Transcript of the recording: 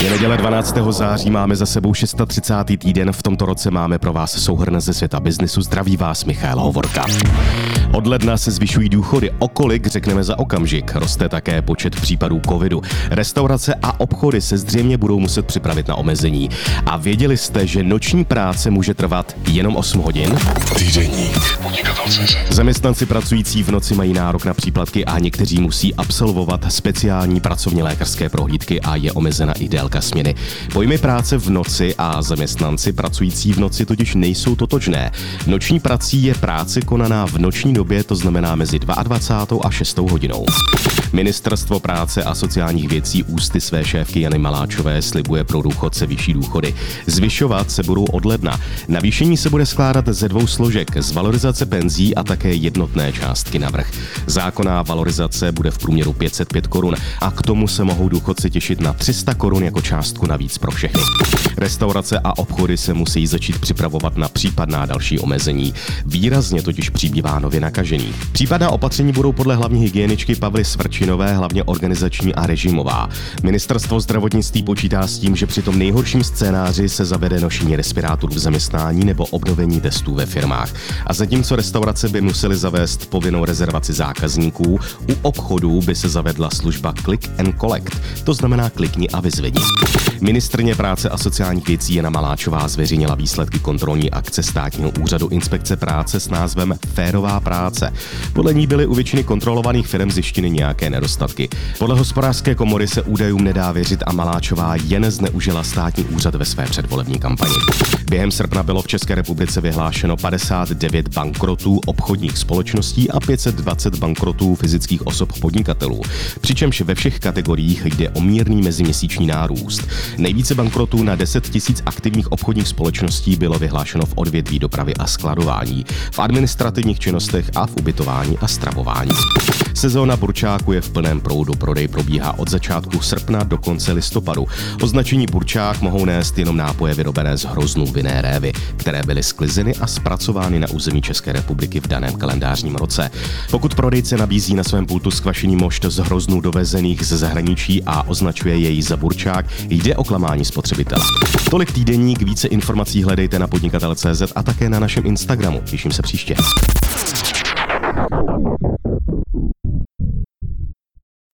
Je neděle 12. září, máme za sebou 630. týden, v tomto roce máme pro vás souhrn ze světa biznisu. Zdraví vás Michal Hovorka. Od ledna se zvyšují důchody, o kolik řekneme za okamžik. Roste také počet případů covidu. Restaurace a obchody se zřejmě budou muset připravit na omezení. A věděli jste, že noční práce může trvat jenom 8 hodin? Týdeník Podnikatel.cz. Zaměstnanci pracující v noci mají nárok na příplatky a někteří musí absolvovat speciální pracovně lékařské prohlídky a je omezena i délka směny. Pojmy práce v noci a zaměstnanci pracující v noci totiž nejsou totožné. Noční prací je práce konaná v noční době, to znamená mezi 22. a 6. hodinou. Ministerstvo práce a sociálních věcí ústy své šéfky Jany Maláčové slibuje pro důchodce vyšší důchody. Zvyšovat se budou od ledna. Navýšení se bude skládat ze 2 složek, z valorizace penzí a také jednotné částky navrch. Zákonná valorizace bude v průměru 505 korun a k tomu se mohou důchodci těšit na 300 korun jako částku navíc pro všechny. Restaurace a obchody se musí začít připravovat na případná další omezení. Výrazně totiž přibývá nově nakažených. Případná opatření budou podle hlavní hygieničky Pavly Svrčinové hlavně organizační a režimová. Ministerstvo zdravotnictví počítá s tím, že při tom nejhorším scénáři se zavede nošení respirátorů v zaměstnání nebo obnovení testů ve firmách. A zatímco restaurace by musely zavést povinnou rezervaci zákazníků, u obchodů by se zavedla služba Click and Collect, to znamená klikni a vyzvedni. Ministryně práce a sociálních věcí Jana Maláčová zveřejnila výsledky kontrolní akce Státního úřadu inspekce práce s názvem Férová práce. Podle ní byly u většiny kontrolovaných firm zjištěny nějaké nedostatky. Podle Hospodářské komory se údajům nedá věřit a Maláčová jen zneužila státní úřad ve své předvolební kampani. Během srpna bylo v České republice vyhlášeno 59 bankrotů obchodních společností a 520 bankrotů fyzických osob podnikatelů, přičemž ve všech kategoriích jde o mírný meziměsíční nárůst. Nejvíce bankrotů na 10 000 aktivních obchodních společností bylo vyhlášeno v odvětví dopravy a skladování, v administrativních činnostech a v ubytování a stravování. Sezóna burčáku je v plném proudu, prodej probíhá od začátku srpna do konce listopadu. Označení burčák mohou nést jenom nápoje vyrobené z hroznů vinné révy, které byly sklizeny a zpracovány na území České republiky v daném kalendářním roce. Pokud prodejce nabízí na svém pultu skvašený mošt z hroznů dovezených ze zahraničí a označuje jej za burčák, jde o klamání spotřebitele. Tolik týdeník, více informací hledejte na Podnikatel.cz a také na našem Instagramu. Těším se příště.